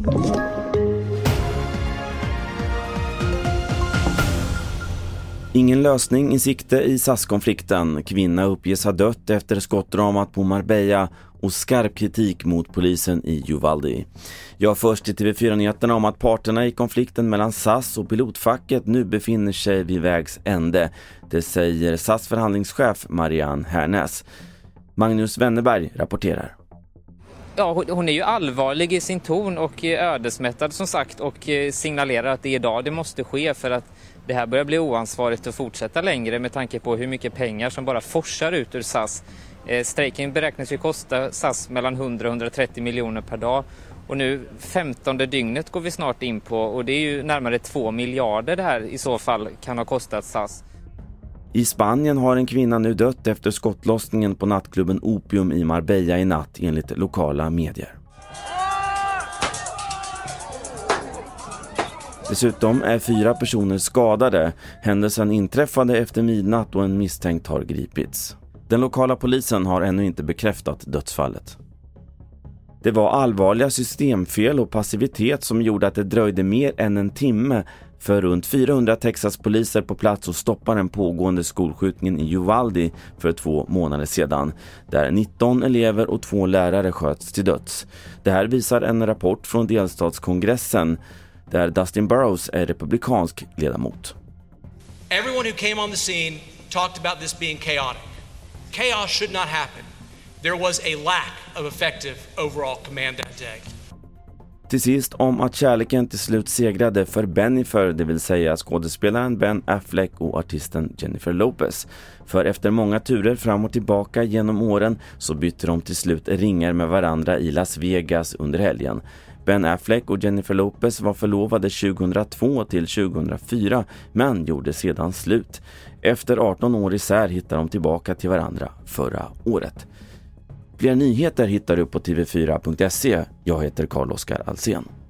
Ingen lösning i sikte i SAS-konflikten. Kvinna uppges ha dött efter skottdramat på Marbella och skarp kritik mot polisen i Uvalde. Jag först till TV4-nyheterna om att parterna i konflikten mellan SAS och pilotfacket nu befinner sig vid vägs ände. Det säger SAS förhandlingschef Marianne Härnäs. Magnus Wennerberg rapporterar. Ja, hon är ju allvarlig i sin ton och ödesmättad som sagt och signalerar att det är idag det måste ske för att det här börjar bli oansvarigt att fortsätta längre med tanke på hur mycket pengar som bara forsar ut ur SAS. Strejken beräknas ju kosta SAS mellan 100 och 130 miljoner per dag och nu 15:e dygnet går vi snart in på och det är ju närmare 2 miljarder det här i så fall kan ha kostat SAS. I Spanien har en kvinna nu dött efter skottlossningen på nattklubben Opium i Marbella i natt enligt lokala medier. Dessutom är 4 personer skadade. Händelsen inträffade efter midnatt och en misstänkt har gripits. Den lokala polisen har ännu inte bekräftat dödsfallet. Det var allvarliga systemfel och passivitet som gjorde att det dröjde mer än en timme för runt 400 Texas-poliser på plats och stoppa den pågående skolskjutningen i Uvalde för 2 månader sedan, där 19 elever och 2 lärare sköts till döds. Det här visar en rapport från delstatskongressen där Dustin Burrows är republikansk ledamot. Everyone who came on the scene talked about this being chaotic. Chaos should not happen. There was a lack of effective overall command that day. Till sist om att kärleken till slut segrade för Bennifer, det vill säga skådespelaren Ben Affleck och artisten Jennifer Lopez. För efter många turer fram och tillbaka genom åren så bytte de till slut ringar med varandra i Las Vegas under helgen. Ben Affleck och Jennifer Lopez var förlovade 2002 till 2004 men gjorde sedan slut. Efter 18 år isär hittade de tillbaka till varandra förra året. Fler nyheter hittar du på tv4.se. Jag heter Carl-Oskar Alsen.